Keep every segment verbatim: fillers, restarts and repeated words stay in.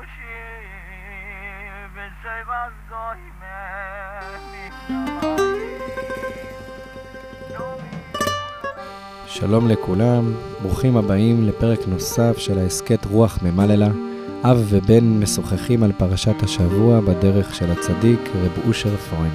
שלום לכולם, ברוכים הבאים לפרק נוסף של העסקת רוח ממללה. אב ובן משוחחים על פרשת השבוע בדרך של הצדיק רב אושר פרוינד.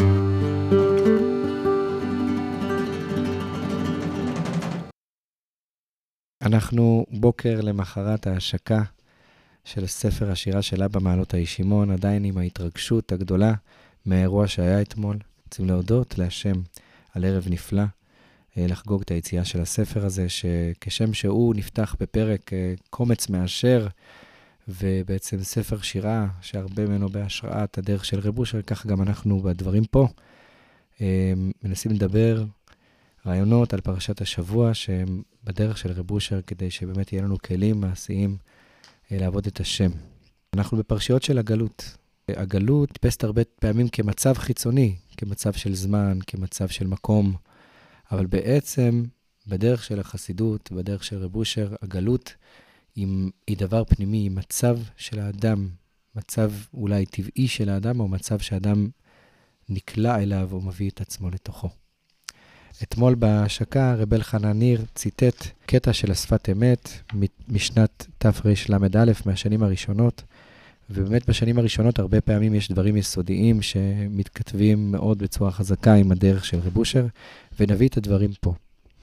אנחנו בוקר למחרת ההשקה של ספר השירה של אבא מעלות הישימון, עדיין עם ההתרגשות הגדולה מהאירוע שהיה אתמול. רוצים להודות להשם על ערב נפלא, לחגוג את היציאה של הספר הזה, שכשם שהוא נפתח בפרק קומץ מאשר, ובעצם ספר שירה שהרבה ממנו בהשראת הדרך של רב אושר, כך גם אנחנו בדברים פה מנסים לדבר רעיונות על פרשת השבוע שהם בדרך של רב אושר, כדי שבאמת יהיה לנו כלים מעשיים לעבוד את השם. אנחנו בפרשיות של הגלות. הגלות נתפסת הרבה פעמים כמצב חיצוני, כמצב של זמן, כמצב של מקום, אבל בעצם בדרך של החסידות, בדרך של רב אושר, הגלות היא, היא דבר פנימי, היא מצב של האדם, מצב אולי טבעי של האדם, או מצב שהאדם נקלע אליו או מביא את עצמו לתוכו. אתמול בהשקה רב אלחנן ניר ציטט קטע של השפת אמת משנת תרל"א מהשנים הראשונות, ובאמת בשנים הראשונות הרבה פעמים יש דברים יסודיים שמתכתבים מאוד בצורה חזקה עם הדרך של רב אושר, ונביא את הדברים פה.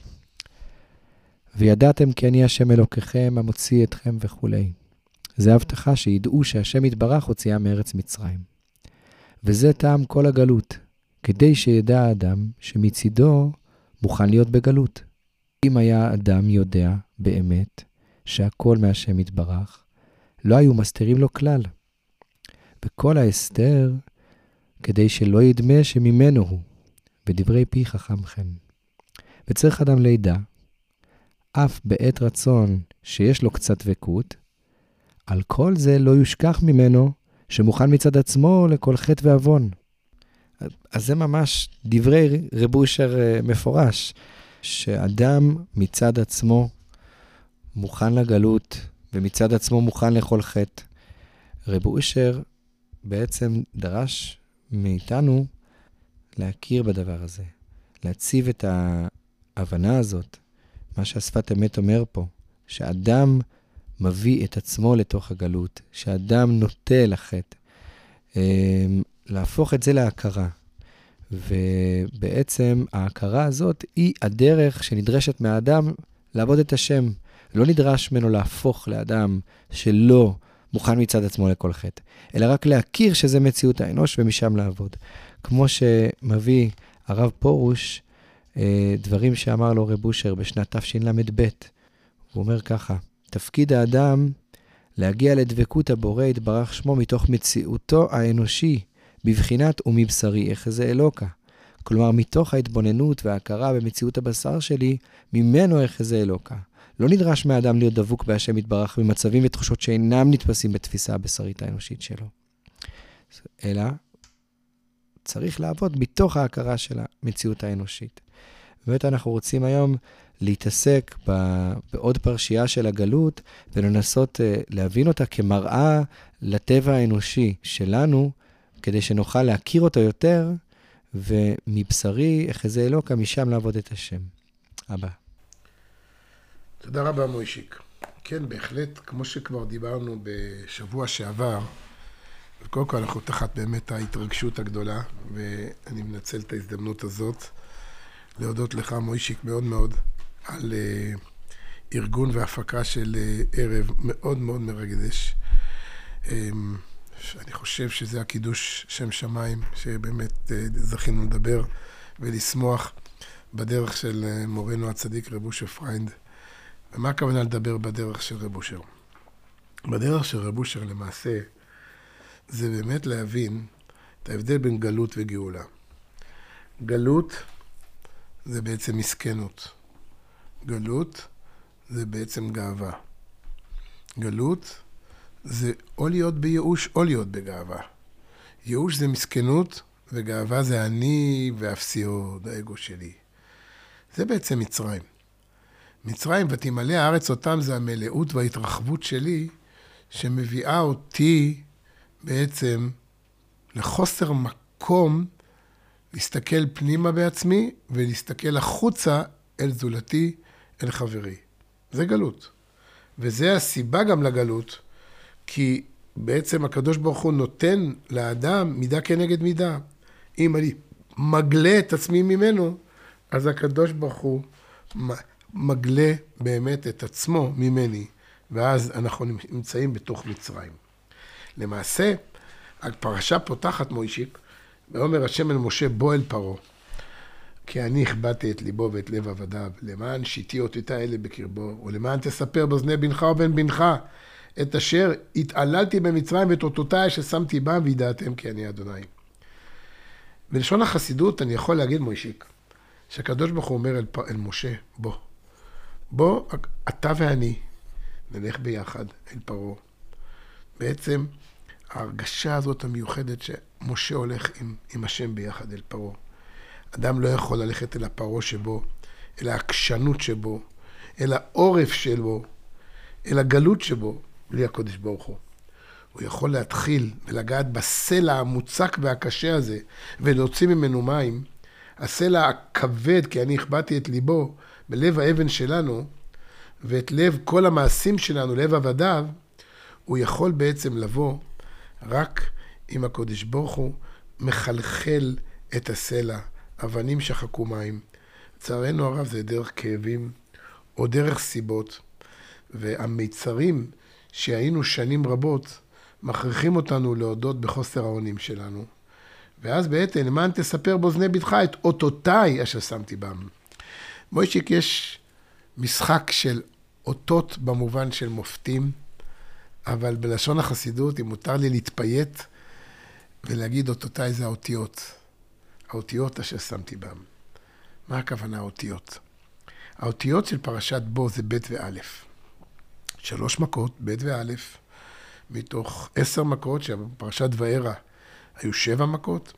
וידעתם כי אני השם אלוקיכם המוציא אתכם וכו'. זה הבטחה שידעו שהשם יתברך הוציאה מארץ מצרים. וזה טעם כל הגלות, כדי שידע האדם שמצידו מוכן להיות בגלות. אם היה אדם יודע באמת שהכל מהשם יתברך, לא היו מסתירים לו כלל. וכל ההסתר כדי שלא ידמה שממנו הוא, בדברי פי חכם חן. וצריך אדם לידע, אף בעת רצון שיש לו קצת דבקות, על כל זה לא יושכח ממנו שמוכן מצד עצמו לכל חטא ועוון. אז זה ממש דברי רב אושר מפורש, שאדם מצד עצמו מוכן לגלות, ומצד עצמו מוכן לכל חטא. רב אושר בעצם דרש מאיתנו להכיר בדבר הזה, להציב את ההבנה הזאת, מה שהשפת אמת אומר פה, שאדם מביא את עצמו לתוך הגלות, שאדם נוטה לחטא, להפוך את זה להכרה. ובעצם ההכרה הזאת היא הדרך שנדרשת מהאדם לעבוד את השם. לא נדרש ממנו להפוך לאדם שלא מוכן מצד עצמו לכל חטא, אלא רק להכיר שזה מציאות האנוש ומשם לעבוד. כמו שמביא הרב פורוש, דברים שאמר לו רב אושר בשנת תשל"ב. הוא אומר ככה, תפקיד האדם להגיע לדבקות הבורא יתברך שמו מתוך מציאותו האנושי, בבחינת ומבשרי איך זה אלוקה. כלומר, מתוך ההתבוננות וההכרה במציאות הבשר שלי, ממנו איך זה אלוקה. לא נדרש מהאדם להיות דבוק בהשם יתברך במצבים ותחושות שאינם נתפסים בתפיסה הבשרית האנושית שלו. אלא צריך לעבוד מתוך ההכרה של המציאות האנושית. באמת אנחנו רוצים היום להתעסק בעוד פרשייה של הגלות, ולנסות להבין אותה כמראה לטבע האנושי שלנו, כדי שנוכל להכיר אותו יותר, ומבשרי אחזה אלוקה משם לעבוד את השם. אבא. תודה רבה מוישיק. כן, בהחלט, כמו שכבר דיברנו בשבוע שעבר, קודם כל אנחנו תחת באמת ההתרגשות הגדולה, ואני מנצל את ההזדמנות הזאת להודות לך מוישיק מאוד מאוד על uh, ארגון והפקה של uh, ערב מאוד מאוד מרגש. Um, אני חושב שזה הקידוש שם שמיים, שבאמת uh, זכינו לדבר ולשמוח בדרך של uh, מורנו הצדיק רב אושר פרוינד. ומה הכוונה לדבר בדרך של רב אושר? בדרך של רב אושר למעשה, זה באמת להבין את ההבדל בין גלות וגאולה. גלות זה בעצם מסכנות. גלות זה בעצם גאווה. גלות זה או להיות בייאוש או להיות בגאווה. ייאוש זה מסכנות וגאווה זה אני ואפסיות, האגו שלי. זה בעצם מצרים. מצרים ותמלא הארץ אותם זה המלאות וההתרחבות שלי, שמביאה אותי בעצם לחוסר מקום להסתכל פנימה בעצמי ולהסתכל החוצה אל זולתי, אל חברי. זה גלות. וזה הסיבה גם לגלות, כי בעצם הקדוש ברוך הוא נותן לאדם מידה כנגד מידה. אם אני מגלה את עצמי ממנו, אז הקדוש ברוך הוא מגלה באמת את עצמו ממני, ואז אנחנו נמצאים בתוך מצרים. למעשה, הפרשה פותחת מוישיק, ואומר השם אל משה בוא אל פרעה, כי אני הכבדתי את ליבו ואת לב עבדיו, למען שיתי אותיתה אלה בקרבו, ולמען תספר באזני בנך ובן בנך, את אשר התעללתי במצרים ואת אותותיי ששמתי בם וידעתם כי אני אדוני. בלשון החסידות אני יכול להגיד מוישיק, שהקדוש ברוך הוא אומר אל, אל משה, בוא, בוא אתה ואני נלך ביחד אל פרעה. בעצם ההרגשה הזאת המיוחדת שמשה הולך עם, עם השם ביחד אל פרעה. אדם לא יכול ללכת אל הפרעה שבו, אל העקשנות שבו, אל העורף שלו, אל הגלות שבו, בלי הקודש ברוך הוא. הוא יכול להתחיל ולגעת בסלע המוצק והקשה הזה, ולהוציא ממנו מים. הסלע הכבד, כי אני הכבדתי את ליבו, בלב האבן שלנו, ואת לב כל המעשים שלנו, לב עבדיו, הוא יכול בעצם לבוא רק אם הקודש ברוך הוא מחלחל את הסלע, אבנים שחקו מים. לצערנו הרב זה דרך כאבים או דרך סיבות, והמיצרים שהיינו שנים רבות מכריחים אותנו להודות בחוסר האונים שלנו. ואז בעצם, למען תספר באזני בנך את אותותיי אשר שמתי בם. מוישיק, יש משחק של אותות במובן של מופתים, אבל בלשון החסידות, אם מותר לי להתפייט ולהגיד אותותיי זה האותיות. האותיות אשר שמתי בם. מה הכוונה האותיות? האותיות של פרשת בו זה ב' וא'. שלוש מכות, ב' וא', מתוך עשר מכות, שבפרשת וערה היו שבע מכות.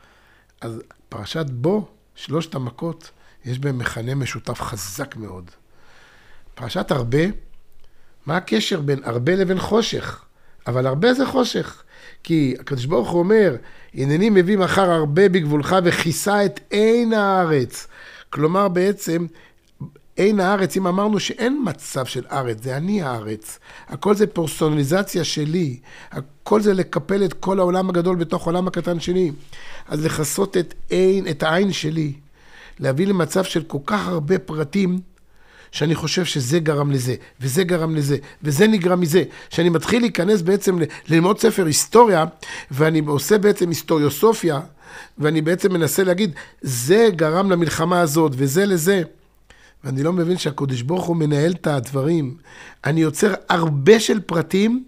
אז פרשת בו, שלושת המכות, יש בהם מכנה משותף חזק מאוד. פרשת הרבה, מה הקשר בין הרבה לבין חושך? אבל הרבה זה חושך. כי הקדוש ברוך הוא אומר, הנני מביא מחר הרבה בגבולך וכיסה את עין הארץ. כלומר בעצם, עין הארץ, אם אמרנו שאין מצב של ארץ, זה אני הארץ. הכל זה פרסונליזציה שלי. הכל זה לקפל את כל העולם הגדול בתוך העולם הקטן שלי. אז לחסות את, עין, את העין שלי. להביא למצב של כל כך הרבה פרטים, שאני חושב שזה גרם לזה, וזה גרם לזה, וזה נגרם מזה. שאני מתחיל להיכנס בעצם ללמוד ספר היסטוריה, ואני עושה בעצם היסטוריוסופיה, ואני בעצם מנסה להגיד, זה גרם למלחמה הזאת, וזה לזה. ואני לא מבין שהקודש ברוך הוא מנהל את הדברים. אני יוצר הרבה של פרטים,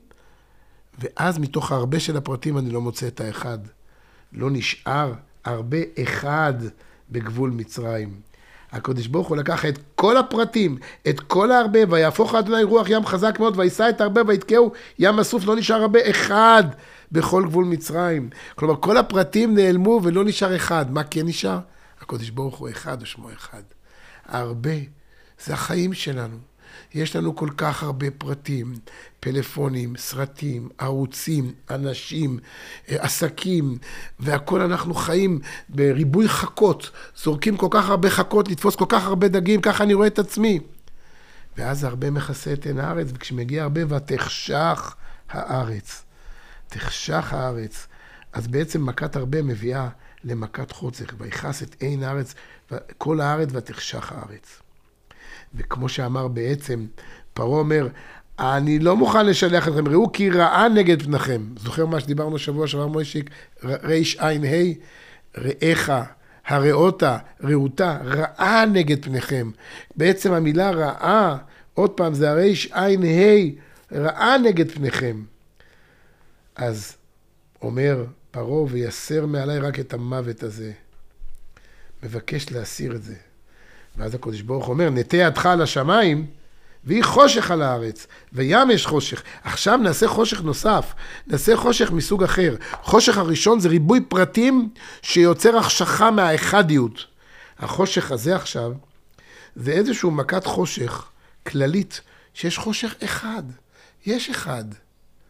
ואז מתוך הרבה של הפרטים אני לא מוצא את האחד. לא נשאר הרבה אחד בגבול מצרים. הקודש ברוך הוא לקח את כל הפרטים, את כל הרבה, ויהפוך אדוני רוח ים חזק מאוד, וישא את הרבה ויתקעו ים אסוף, לא נשאר הרבה אחד בכל גבול מצרים. כלומר, כל הפרטים נעלמו ולא נשאר אחד. מה כן נשאר? הקודש ברוך הוא אחד ושמו אחד. הרבה, זה החיים שלנו. יש לנו כל כך הרבה פרטים, פלאפונים, סרטים, ערוצים, אנשים, עסקים, והכל אנחנו חיים בריבוי חכות, זורקים כל כך הרבה חכות, לתפוס כל כך הרבה דגים, ככה אני רואה את עצמי. ואז הרבה מכסה את עין הארץ, וכשמגיע הרבה, ותחשך הארץ. תחשך הארץ. אז בעצם מכת הרבה מביאה למכת חוצך, ויכס את עין הארץ, כל הארץ ותחשך הארץ. וכמו שאמר בעצם, פרעה אומר, אני לא מוכן לשלח אתכם, ראו כי רעה נגד פניכם. זוכר מה שדיברנו שבוע שעבר מוישיק, ריש עין ה', רעך, הרעותה, רעותה, רעה נגד פניכם. בעצם המילה רעה, עוד פעם, זה הריש עין ה', רעה נגד פניכם. אז אומר פרעה, ויסר מעלי רק את המוות הזה. מבקש להסיר את זה. ואז הקודש ברוך אומר, נטה ידך על השמיים, והיא חושך על הארץ, וים יש חושך. עכשיו נעשה חושך נוסף, נעשה חושך מסוג אחר. חושך הראשון זה ריבוי פרטים שיוצר החשכה מהאחדיות. החושך הזה עכשיו, זה איזשהו מכת חושך כללית, שיש חושך אחד. יש אחד.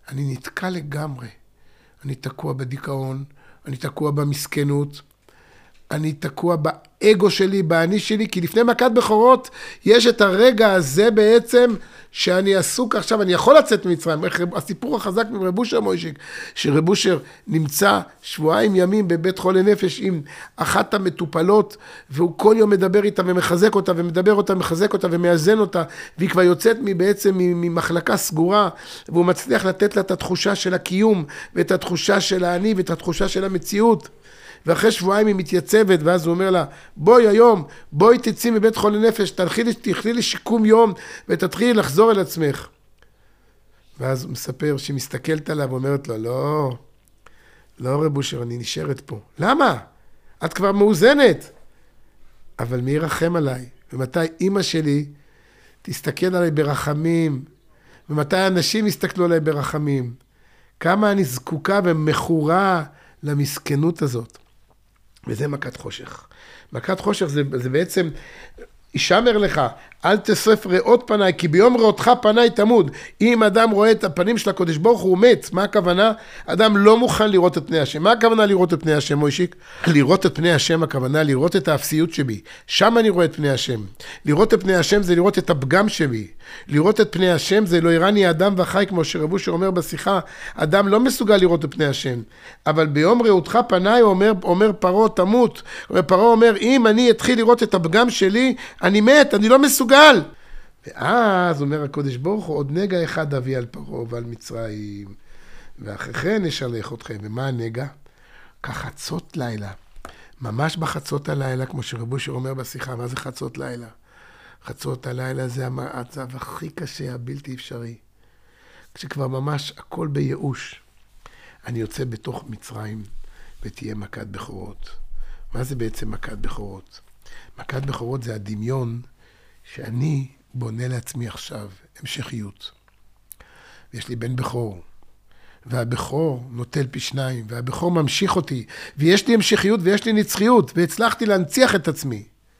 אני נתקע לגמרי. אני תקוע בדיכאון, אני תקוע במסכנות, אני תקוע באגו שלי, באני שלי, כי לפני מכת בכורות יש את הרגע הזה בעצם שאני עסוק עכשיו, אני יכול לצאת ממצרים. הסיפור החזק מרב אושר מוישיק, שרב אושר נמצא שבועיים ימים בבית חולי נפש עם אחת המטופלות, והוא כל יום מדבר איתה ומחזק אותה, ומדבר אותה, מחזק אותה ומאזן אותה, והיא כבר יוצאת בעצם ממחלקה סגורה, והוא מצליח לתת לה את התחושה של הקיום, ואת התחושה של האני, ואת התחושה של המציאות. ואחרי שבועיים היא מתייצבת, ואז הוא אומר לה, בואי היום, בואי תצאי מבית חולי נפש, תלכי לי שיקום יום, ותתחילי לחזור אל עצמך. ואז הוא מספר שהיא מסתכלת עליו, ואומרת לו, לא, לא רב אושר, אני נשארת פה. למה? את כבר מאוזנת. אבל מי ירחם עליי? ומתי אמא שלי תסתכל עליי ברחמים, ומתי אנשים יסתכלו עליי ברחמים? כמה אני זקוקה ומכורה למסכנות הזאת. וזה מכת חושך. מכת חושך זה, זה בעצם, ישמר לך, אל תשרף ראות פניי, כי ביום ראותך פניי תמוד. אם אדם רואה את הפנים של הקודש ברוך הוא מת, מה הכוונה? אדם לא מוכן לראות את פני השם. מה הכוונה לראות את פני השם, מוישיק? לראות את פני השם, הכוונה לראות את האפסיות שבי. שם אני רואה את פני השם. לראות את פני השם זה לראות את הפגם שבי. לראות את פני השם זה לא יראני אדם וחי, כמו שרב אושר אומר בשיחה, אדם לא מסוגל לראות את פני השם. אבל ביום ראותך פניי, אומר, אומר פרעה תמות. פרעה אומר, אם אני אתחיל לראות את הפגם שלי, אני מת, אני לא מסוגל. ואז אומר הקודש ברוך הוא, עוד נגע אחד אביא על פרעה ועל מצרים, ואחרי כן אשלח אתכם. ומה הנגע? כחצות לילה. ממש בחצות הלילה, כמו שרב אושר אומר בשיחה, מה זה חצות לילה? חצות הלילה זה המצב הכי קשה, הבלתי אפשרי. כשכבר ממש הכל בייאוש. אני יוצא בתוך מצרים ותהיה מכת בכורות. מה זה בעצם מכת בכורות? מכת בכורות זה הדמיון שאני בונה לעצמי עכשיו, המשכיות. ויש לי בן בכור, והבכור נוטל פי שניים, והבכור ממשיך אותי, ויש לי המשכיות ויש לי נצחיות, והצלחתי להנציח את עצמי.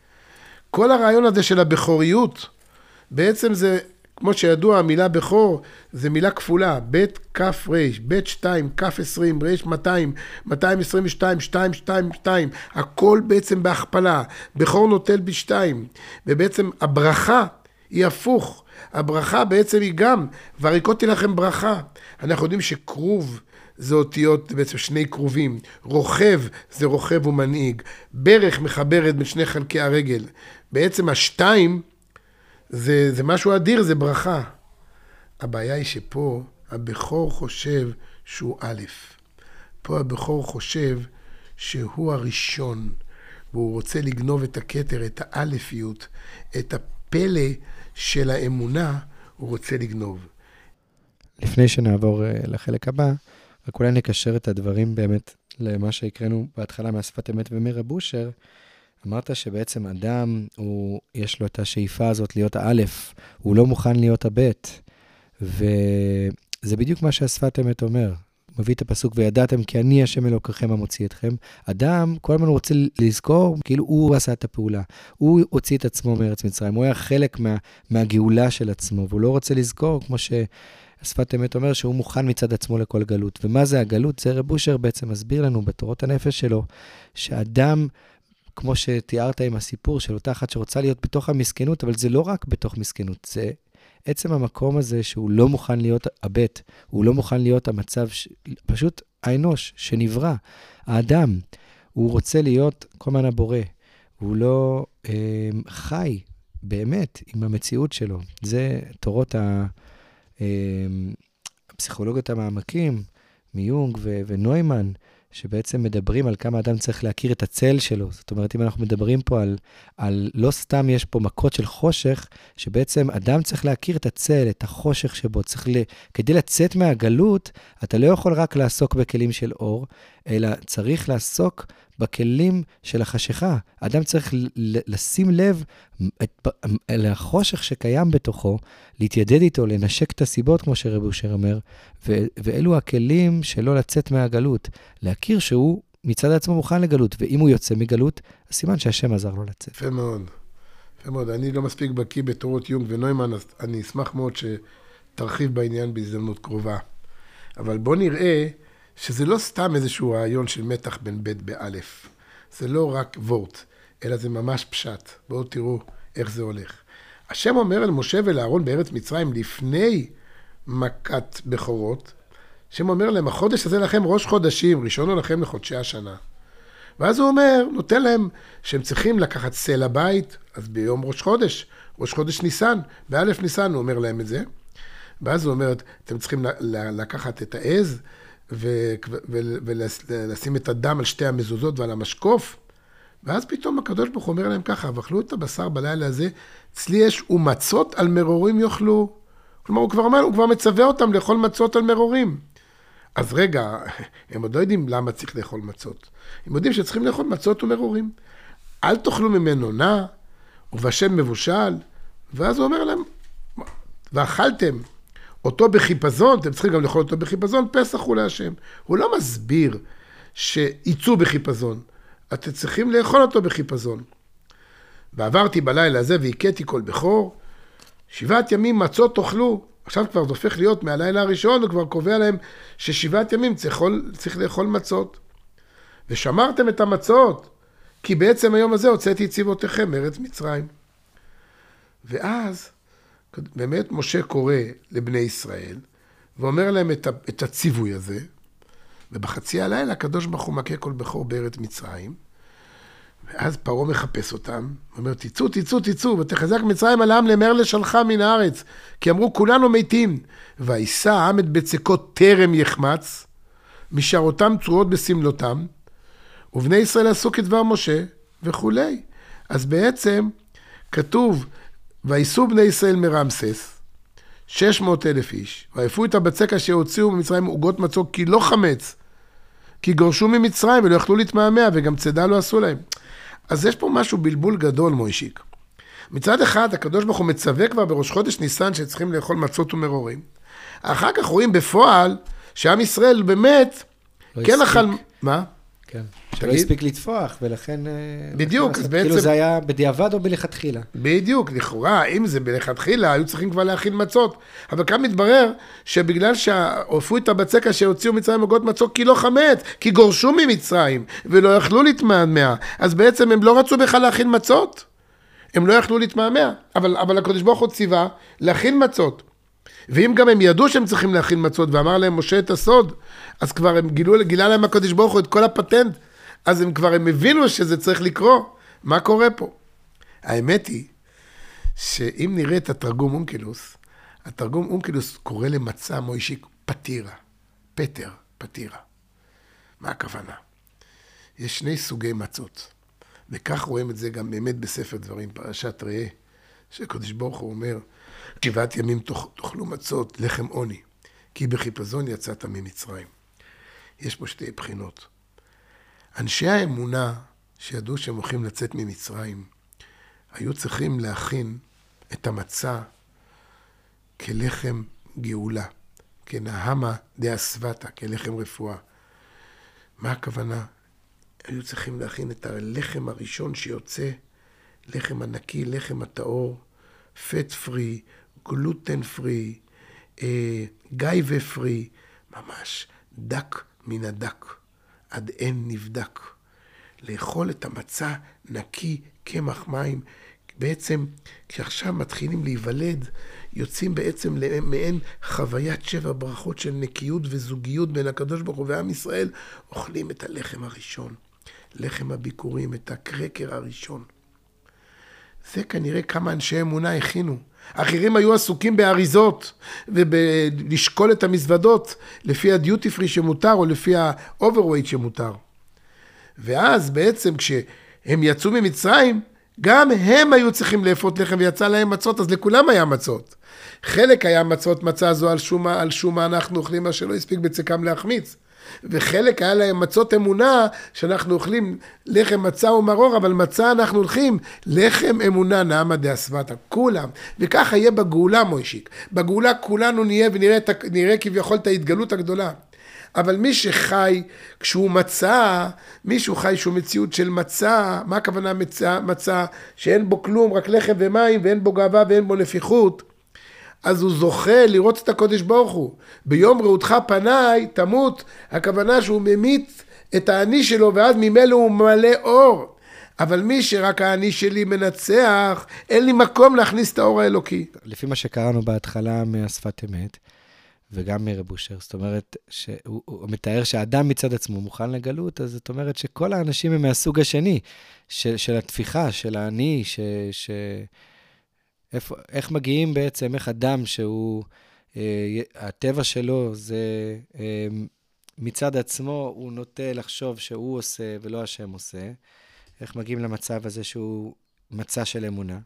כל הרעיון הזה של הבכוריות, בעצם זה, כמו שידוע, המילה בכור, זה מילה כפולה, בית כף רש, בית שתיים, כף עשרים, רש מאתיים, מאתיים עשרים ושתיים, שתיים, שתיים, שתיים, הכל בעצם בהכפלה, בכור נוטל בשתיים, ובעצם הברכה היא הפוך, הברכה בעצם היא גם, והריקותי לכם ברכה, אנחנו יודעים שכרוב, זה אותיות, בעצם שני קרובים, רוכב זה רוכב ומנהיג, ברך מחברת בין שני חלקי הרגל, בעצם השתיים זה, זה משהו אדיר, זה ברכה. הבעיה היא שפה הבכור חושב שהוא א', פה הבכור חושב שהוא הראשון, והוא רוצה לגנוב את הכתר, את האלפיות, את הפלא של האמונה, הוא רוצה לגנוב. לפני שנעבור לחלק הבא, רק אולי נקשר את הדברים באמת למה שהקראנו בהתחלה מהשפת אמת ומרב אושר. אמרת שבעצם אדם, הוא, יש לו את השאיפה הזאת להיות האלף, הוא לא מוכן להיות הבית, וזה בדיוק מה שהשפת אמת אומר. מביא את הפסוק, וידעתם כי אני השם אלוקיכם המוציא אתכם. אדם, כל הזמן הוא רוצה לזכור, כאילו הוא עשה את הפעולה. הוא הוציא את עצמו מארץ מצרים, הוא היה חלק מה, מהגאולה של עצמו, והוא לא רוצה לזכור, כמו ש... השפת אמת אומר שהוא מוכן מצד עצמו לכל גלות. ומה זה הגלות? זה רב אושר בעצם מסביר לנו בתורות הנפש שלו, שאדם, כמו שתיארת עם הסיפור של אותה אחת שרוצה להיות בתוך המסכנות, אבל זה לא רק בתוך מסכנות, זה עצם המקום הזה שהוא לא מוכן להיות הבית, הוא לא מוכן להיות המצב, ש... פשוט האנוש שנברא, האדם, הוא רוצה להיות כל הזמן הבורא, הוא לא אה, חי באמת עם המציאות שלו. זה תורות ה... הפסיכולוגיות המעמקים, מיונג ו- ונוימן, שבעצם מדברים על כמה אדם צריך להכיר את הצל שלו. זאת אומרת, אם אנחנו מדברים פה על, על לא סתם יש פה מכות של חושך, שבעצם אדם צריך להכיר את הצל, את החושך שבו. צריך ל... כדי לצאת מהגלות, אתה לא יכול רק לעסוק בכלים של אור, אלא צריך לעסוק בכלים של החשיכה. אדם צריך לשים לב לחושך שקיים בתוכו, להתיידד איתו, לנשק את הסיבות, כמו שרב אושר אומר, ו- ואלו הכלים שלא לצאת מהגלות. להכיר שהוא מצד עצמו מוכן לגלות, ואם הוא יוצא מגלות, הסימן שהשם עזר לו לצאת. יפה מאוד. יפה מאוד. אני לא מספיק בקיא בתורות יונג ונוימן, אז אני אשמח מאוד שתרחיב בעניין בהזדמנות קרובה. אבל בוא נראה שזה לא סתם איזשהו רעיון של מתח בין ב' באלף. זה לא רק וורט, אלא זה ממש פשט. בואו תראו איך זה הולך. השם אומר אל משה ולאהרון בארץ מצרים לפני מכת בכורות, השם אומר להם, החודש הזה לכם ראש חודשים, ראשון הוא לכם לחודשי השנה. ואז הוא אומר, נותן להם שהם צריכים לקחת צל הבית, אז ביום ראש חודש, ראש חודש ניסן, באלף ניסן הוא אומר להם את זה. ואז הוא אומר, אתם צריכים לקחת את העז, ולשים את הדם על שתי המזוזות ועל המשקוף. ואז פתאום הקדוש ברוך הוא אומר להם ככה, ואכלו את הבשר בלילה הזה, אצלי יש ומצות על מרורים יאכלו. כלומר, הוא כבר אומר, הוא כבר מצווה אותם לאכול מצות על מרורים. אז רגע, הם עוד לא יודעים למה צריך לאכול מצות. הם יודעים שצריכים לאכול מצות ומרורים. אל תאכלו ממנו נע, ובשן מבושל. ואז הוא אומר להם, ואכלתם אותו בחיפזון, אתם צריכים גם לאכול אותו בחיפזון, פסח הוא להשם. הוא לא מסביר שיצאו בחיפזון. אתם צריכים לאכול אותו בחיפזון. ועברתי בלילה הזה והכיתי כל בכור, שבעת ימים מצות תאכלו. עכשיו כבר זה הופך להיות מהלילה הראשון, הוא כבר קובע להם ששבעת ימים צריך, צריך לאכול מצות. ושמרתם את המצות, כי בעצם היום הזה הוצאתי צבאותיכם מארץ מצרים. ואז באמת משה קורא לבני ישראל, ואומר להם את, את הציווי הזה, ובחצי הלילה הקדוש ברוך הוא מכה כל בכור בארץ מצרים, ואז פרעה מחפש אותם, ואומר, תצאו, תצאו, תצאו, ותחזק מצרים על העם למהר לשלחה מן הארץ, כי אמרו, כולנו מתים. וישא העם את בצקות טרם יחמץ, משארותם צרורות בסמלותם, ובני ישראל עשו כדבר משה, וכולי. אז בעצם כתוב, ויסעו בני ישראל מרמסס, שש מאות אלף איש, ויפו את הבצק אשר הוציאו במצרים עוגות מצות, כי לא חמץ, כי גורשו ממצרים ולא יכלו להתמהמה, וגם צידה לא עשו להם. אז יש פה משהו בלבול גדול, מוישיק. מצד אחד, הקדוש ברוך הוא מצווה כבר בראש חודש ניסן שצריכים לאכול מצות ומרורים. אחר כך רואים בפועל שעם ישראל באמת לא כן הספיק. אכל... מה? כן. שלא הספיק לטפוח, ולכן... בדיוק, אז בעצם... כאילו זה היה בדיעבד או בלכתחילה. בדיוק, לכאורה, אם זה בלכתחילה, היו צריכים כבר להכין מצות. אבל כאן מתברר שבגלל שהופו את הבצק אשר הוציאו מצרים עוגות מצות, כי לא חמץ, כי גורשו ממצרים, ולא יכלו להתמהמה. אז בעצם הם לא רצו בכלל להכין מצות. הם לא יכלו להתמהמה. אבל, אבל הקדוש ברוך הוא ציווה להכין מצות. ואם גם הם ידעו שהם צריכים להכין מצות, ואמר להם משה את הסוד, אז כבר הם גילו, גילה להם הקדוש ברוך הוא את כל הפטנט, אז הם כבר הם הבינו שזה צריך לקרות. מה קורה פה? האמת היא, שאם נראה את התרגום אונקלוס, התרגום אונקלוס קורא למצה מוישיק פתירה, פטר, פתירה. מה הכוונה? יש שני סוגי מצות, וכך רואים את זה גם באמת בספר דברים, פרשת ראה, שהקדוש ברוך הוא אומר, שבעת ימים תאכלו מצות, לחם עוני, כי בחיפזון יצאת ממצרים. יש פה שתי בחינות. אנשי האמונה שידעו שהם הולכים לצאת ממצרים, היו צריכים להכין את המצה כלחם גאולה, כנהמה דאסוותא, כלחם רפואה. מה הכוונה? היו צריכים להכין את הלחם הראשון שיוצא, לחם ענקי, לחם הטהור, פט פרי, גלוטן פרי, גייבה פרי, ממש דק מן הדק, עד אין נבדק. לאכול את המצה נקי כמח מים, בעצם כשעכשיו מתחילים להיוולד, יוצאים בעצם מעין חוויית שבע ברכות של נקיות וזוגיות בין הקדוש ברוך הוא ועם ישראל, אוכלים את הלחם הראשון, לחם הביקורים, את הקרקר הראשון. זה כנראה כמה אנשי אמונה הכינו. אחרים היו עסוקים באריזות ובלשקול את המזוודות לפי הדיוטי פרי שמותר או לפי האוברווייט שמותר. ואז בעצם כשהם יצאו ממצרים, גם הם היו צריכים לאפות לחם ויצא להם מצות, אז לכולם היה מצות. חלק היה מצות, מצה זו על שומה, על שומה אנחנו אוכלים מה שלא הספיק בצקם להחמיץ. וחלק היה להם מצות אמונה, שאנחנו אוכלים לחם מצה ומרור, אבל מצה אנחנו הולכים לחם אמונה נעמה דאסוותא, כולם. וככה יהיה בגאולה מוישיק. בגאולה כולנו נהיה ונראה נראה כביכול את ההתגלות הגדולה. אבל מי שחי כשהוא מצא, מישהו חי שהוא מציאות של מצא, מה הכוונה מצא? מצא שאין בו כלום, רק לחם ומים, ואין בו גאווה ואין בו נפיחות. אז הוא זוכה לראות את הקודש ברוך הוא. ביום ראותך פניי תמות, הכוונה שהוא ממית את האני שלו, ואז ממילא הוא מלא אור. אבל מי שרק האני שלי מנצח, אין לי מקום להכניס את האור האלוקי. לפי מה שקראנו בהתחלה מהשפת אמת, וגם מרב אושר, זאת אומרת, שהוא הוא מתאר שהאדם מצד עצמו מוכן לגלות, אז זאת אומרת שכל האנשים הם מהסוג השני, של, של התפיחה, של האני, ש, ש, איפה, איך מגיעים בעצם, איך אדם שהוא, אה, הטבע שלו זה אה, מצד עצמו, הוא נוטה לחשוב שהוא עושה ולא השם עושה, איך מגיעים למצב הזה שהוא מצע של אמונה?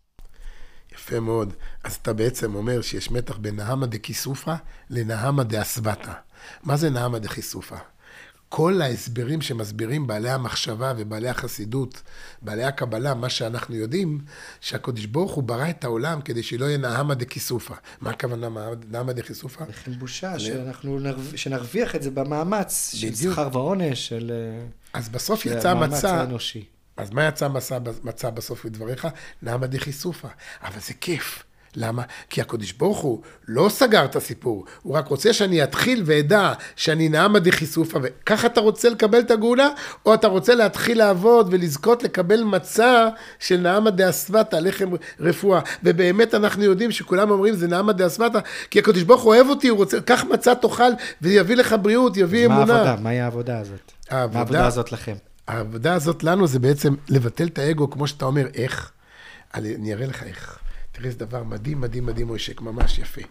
יפה מאוד. אז אתה בעצם אומר שיש מתח בין נהמה דקיסופה לנהמה דאסבתא. מה זה נהמה דחיסופה? כל ההסברים שמסבירים בעלי המחשבה ובעלי החסידות, בעלי הקבלה, מה שאנחנו יודעים, שהקדוש ברוך הוא ברא את העולם כדי שלא יהיה נהמה דקיסופה. מה הכוונה נהמה דחיסופה? לכן בושה, שאנחנו נרו... שנרוויח את זה במאמץ של שכר ועונש, של... אז בסוף יצא מצע... האנושי. אז מה יצא מצע, מצע בסוף בדבריך? נעמה דחיסופה. אבל זה כיף. למה? כי הקדוש ברוך הוא לא סגר את הסיפור, הוא רק רוצה שאני אתחיל ואדע שאני נעמה דחיסופה, וככה אתה רוצה לקבל את הגאולה, או אתה רוצה להתחיל לעבוד ולזכות לקבל מצע של נעמה דאסבתא, לחם רפואה. ובאמת אנחנו יודעים שכולם אומרים זה נעמה דאסבתא, כי הקדוש ברוך הוא אוהב אותי, הוא רוצה, כך מצע תאכל ויביא לך בריאות, יביא אמונה. מה העבודה? מהי העבודה הזאת? העבודה... מה העבודה הזאת לכם? העבודה הזאת לנו זה בעצם לבטל את האגו, כמו שאתה אומר, איך? אני אראה לך איך. תראה, זה דבר מדהים, מדהים, מדהים, מוישק, ממש יפה.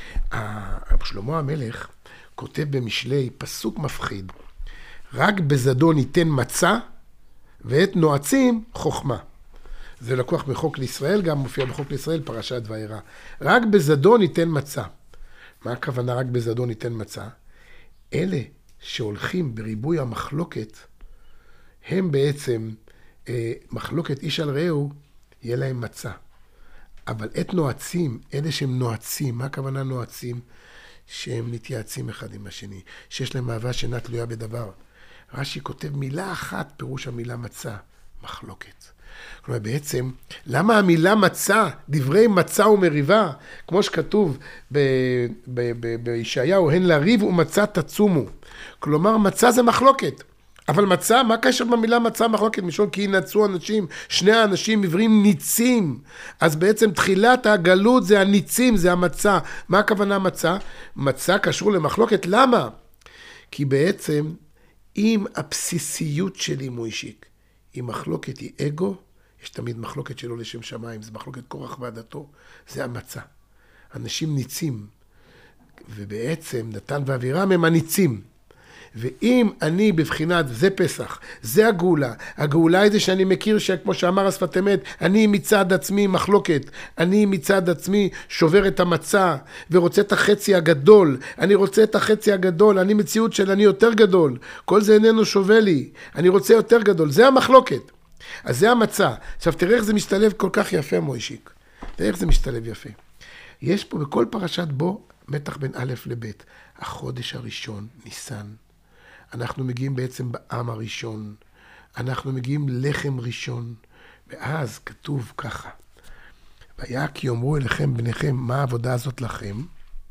שלמה המלך כותב במשלי פסוק מפחיד, רק בזדון ייתן מצה, ואת נועצים חוכמה. זה לקוח מחוק לישראל, גם מופיע בחוק לישראל, פרשת וארא. רק בזדון ייתן מצה. מה הכוונה רק בזדון ייתן מצה? אלה שהולכים בריבוי המחלוקת, הם בעצם, אה, מחלוקת איש על רעהו, יהיה להם מצה. אבל את נועצים, אלה שהם נועצים, מה הכוונה נועצים? שהם מתייעצים אחד עם השני, שיש להם אהבה שאינה תלויה בדבר. רש"י כותב מילה אחת, פירוש המילה מצה, מחלוקת. כלומר, בעצם, למה המילה מצה, דברי מצה ומריבה, כמו שכתוב בישעיהו, הן לריב ומצה תצומו. כלומר, מצה זה מחלוקת. אבל מצה, מה קשר במילה מצה מחלוקת? משום כי ינצו אנשים, שני האנשים עברים ניצים. אז בעצם תחילת הגלות זה הניצים, זה המצה. מה הכוונה מצה? מצה קשור למחלוקת. למה? כי בעצם, אם הבסיסיות שלי מוישיק, אם מחלוקת היא אגו, יש תמיד מחלוקת שלא לשם שמיים, זה מחלוקת קורח ועדתו, זה המצה. אנשים ניצים, ובעצם נתן ואבירם הם הניצים. ואם אני בבחינת, זה פסח, זה הגאולה, הגאולה היא זה שאני מכיר שכמו שאמר השפת אמת, אני מצד עצמי מחלוקת, אני מצד עצמי שובר את המצה, ורוצה את החצי הגדול, אני רוצה את החצי הגדול, אני מציאות של אני יותר גדול, כל זה איננו שווה לי, אני רוצה יותר גדול, זה המחלוקת, אז זה המצה. עכשיו תראה איך זה משתלב כל כך יפה מוישיק, תראה איך זה משתלב יפה. יש פה בכל פרשת בו מתח בין א' לב', החודש הראשון, ניסן, אנחנו מגיעים בעצם בעם הראשון, אנחנו מגיעים לחם ראשון, ואז כתוב ככה, והיה כי יאמרו אליכם בניכם, מה העבודה הזאת לכם?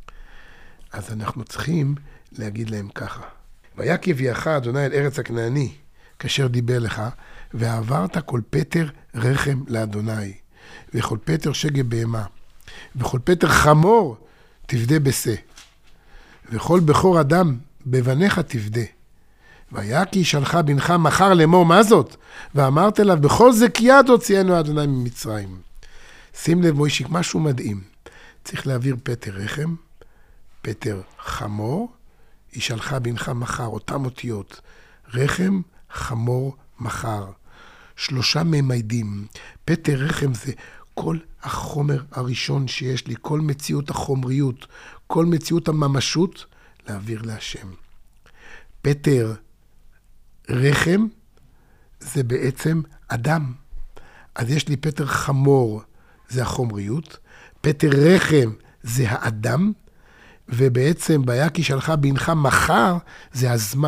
אז אנחנו צריכים להגיד להם ככה, והיה כי הביאך אדוני אל ארץ הכנעני, כאשר דיבר לך, ועברת כל פטר רחם לאדוני, וכל פטר שגה בהמה, וכל פטר חמור תפדה בשה, וכל בכור אדם בבניך תפדה. והיה כי ישלח בנך מחר לאמור, מה זאת? ואמרת אליו, בכל זכיית הוציאנו אדוני ממצרים. שים לב מוישיק, משהו מדהים. צריך להעביר פטר רחם, פטר חמור, ישלח בנך מחר, אותם אותיות. רחם, חמור, מחר. שלושה ממדים. פטר רחם זה כל החומר הראשון שיש לי, כל מציאות החומריות, כל מציאות הממשות, להעביר להשם. פטר רחם זה בעצם אדם. אז יש לי פטר חמור, זה החומריות. פטר רחם זה האדם. ובעצם בעיה כי שלחה בנך מחר זה הזמן.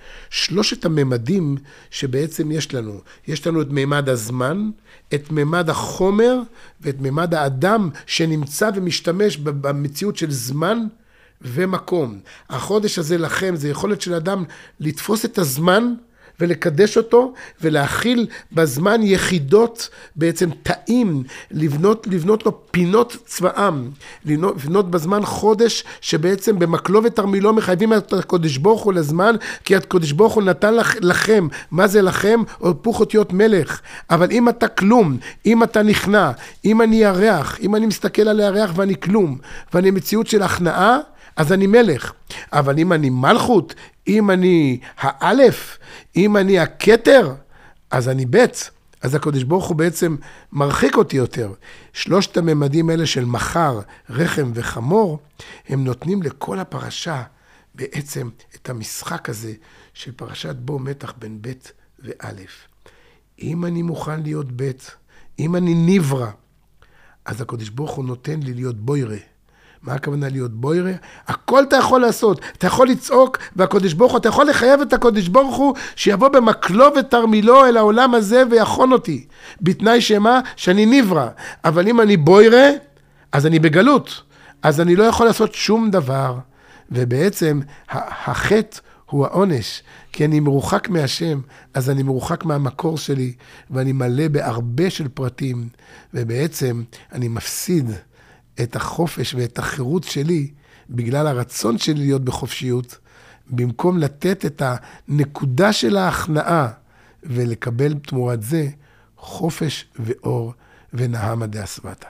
שלושת הממדים שבעצם יש לנו. יש לנו את ממד הזמן, את ממד החומר ואת ממד האדם שנמצא ומשתמש במציאות של זמן ומקום. החודש הזה לכם זה יכולת של אדם לתפוס את הזמן ולקדש אותו, ולהכיל בזמן יחידות, בעצם תאים, לבנות, לבנות לו פינות צבאם, לבנות, לבנות בזמן חודש, שבעצם במקלו ותרמילו מחייבים את הקודש ברוך הוא לזמן, כי הקודש ברוך הוא נתן לכ, לכם, מה זה לכם? הופוך אותיות מלך. אבל אם אתה כלום, אם אתה נכנע, אם אני ירח, אם אני מסתכל על הירח ואני כלום, ואני מציאות של הכנעה, אז אני מלך. אבל אם אני מלכות, אם אני האלף, אם אני הכתר, אז אני בית. אז הקדוש ברוך הוא בעצם מרחיק אותי יותר. שלושת הממדים האלה של מחר, רחם וחמור, הם נותנים לכל הפרשה בעצם את המשחק הזה של פרשת בו מתח בין בית ואלף. אם אני מוכן להיות בית, אם אני נברא, אז הקדוש ברוך הוא נותן לי להיות בוירה. מה הכוונה להיות בוירה? הכל אתה יכול לעשות. אתה יכול לצעוק, והקדוש ברוך הוא, אתה יכול לחייב את הקדוש ברוך הוא, שיבוא במקלו ותרמילו אל העולם הזה ויכון אותי. בתנאי שמה? שאני נברא. אבל אם אני בוירה, אז אני בגלות. אז אני לא יכול לעשות שום דבר. ובעצם החטא הוא העונש. כי אני מרוחק מהשם, אז אני מרוחק מהמקור שלי, ואני מלא בהרבה של פרטים. ובעצם אני מפסיד את החופש ואת החירות שלי, בגלל הרצון שלי להיות בחופשיות, במקום לתת את הנקודה של ההכנעה, ולקבל תמורת זה חופש ואור ונהמה דאסוותא.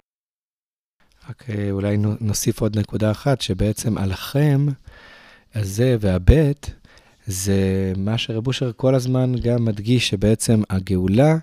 רק אולי נוסיף עוד נקודה אחת, שבעצם הלחם הזה והבית, זה מה שרב אושר כל הזמן גם מדגיש, שבעצם הגאולה,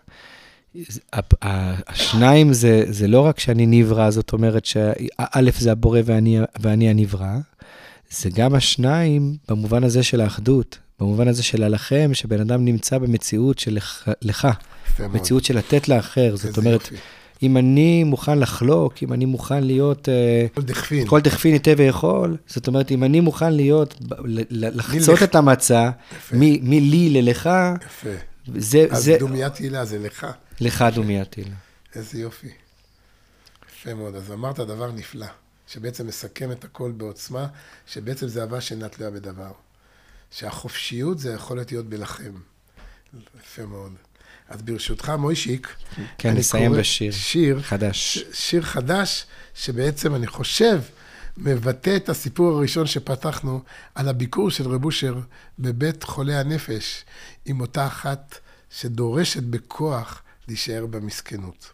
השניים זה, זה לא רק שאני נברא, זאת אומרת שהאלף זה הבורא ואני, ואני הנברא, זה גם השניים במובן הזה של האחדות, במובן הזה של הלחם, שבן אדם נמצא במציאות של לך, לך מציאות של לתת לאחר, זאת אומרת, יופי. אם אני מוכן לחלוק, אם אני מוכן להיות כל דכפין, כל דכפין ייתי ויכול, זאת אומרת, אם אני מוכן להיות, לחצות את המצע, מלי ללך, יפה. זה, אז זה... דומיית תהילה זה לך. לך דומיית תהילה. איזה יופי. יפה מאוד. אז אמרת דבר נפלא, שבעצם מסכם את הכל בעוצמה, שבעצם זה אהבה שאינה תלויה בדבר. שהחופשיות זה יכולת להיות בלחם. יפה מאוד. אז ברשותך, מוישיק, כן, נסיים בשיר. שיר חדש. שיר חדש, שבעצם אני חושב, מבטא את הסיפור הראשון שפתחנו, על הביקור של רב אושר בבית חולי הנפש, עם אותה אחת שדורשת בכוח להישאר במסכנות.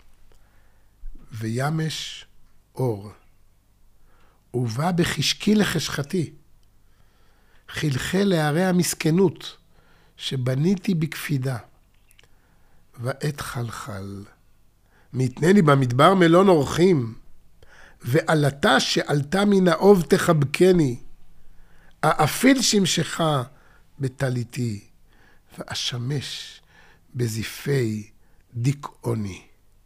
וימש אור, ובא בחשקי לחשכתי, חלחל להרי המסכנות, שבניתי בקפידה, ועת חלחל. מתנני במדבר מלון אורחים, ועלתה שעלתה מן האוב תחבקני, האפיל שמשך בטליתי, ואשמש בזיפי דיכאוני.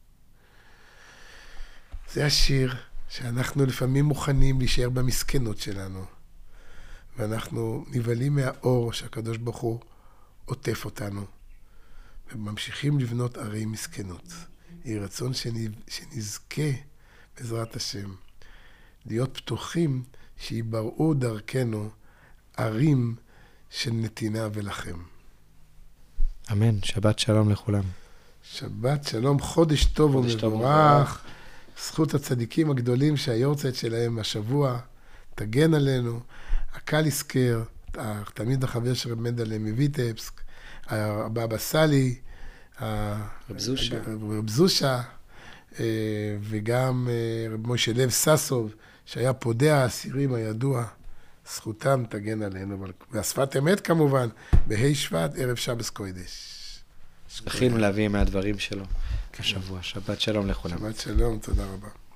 זה השיר שאנחנו לפעמים מוכנים להישאר במסכנות שלנו, ואנחנו נבלים מהאור שהקדוש ברוך הוא עוטף אותנו, וממשיכים לבנות ערי מסכנות. יהי רצון שנזכה בעזרת השם, להיות פתוחים שיבראו דרכנו ערים של נתינה ולכם. אמן. שבת שלום לכולם. שבת שלום, חודש טוב ומבורך. זכות הצדיקים הגדולים שהיורצייט שלהם השבוע תגן עלינו. הקל יזכר, תמיד החבר של רב מנדל מויטבסק, הבבא סאלי, רב זושה, וגם רב משה לב ססוב, שהיה פודע האסירים הידוע, זכותם תגן עלינו. והשפת אמת כמובן, בהי שבט, ערב שבס קודש. זכינו להביא מהדברים שלו השבוע. שבת שלום לכולם. שבת שלום, תודה רבה.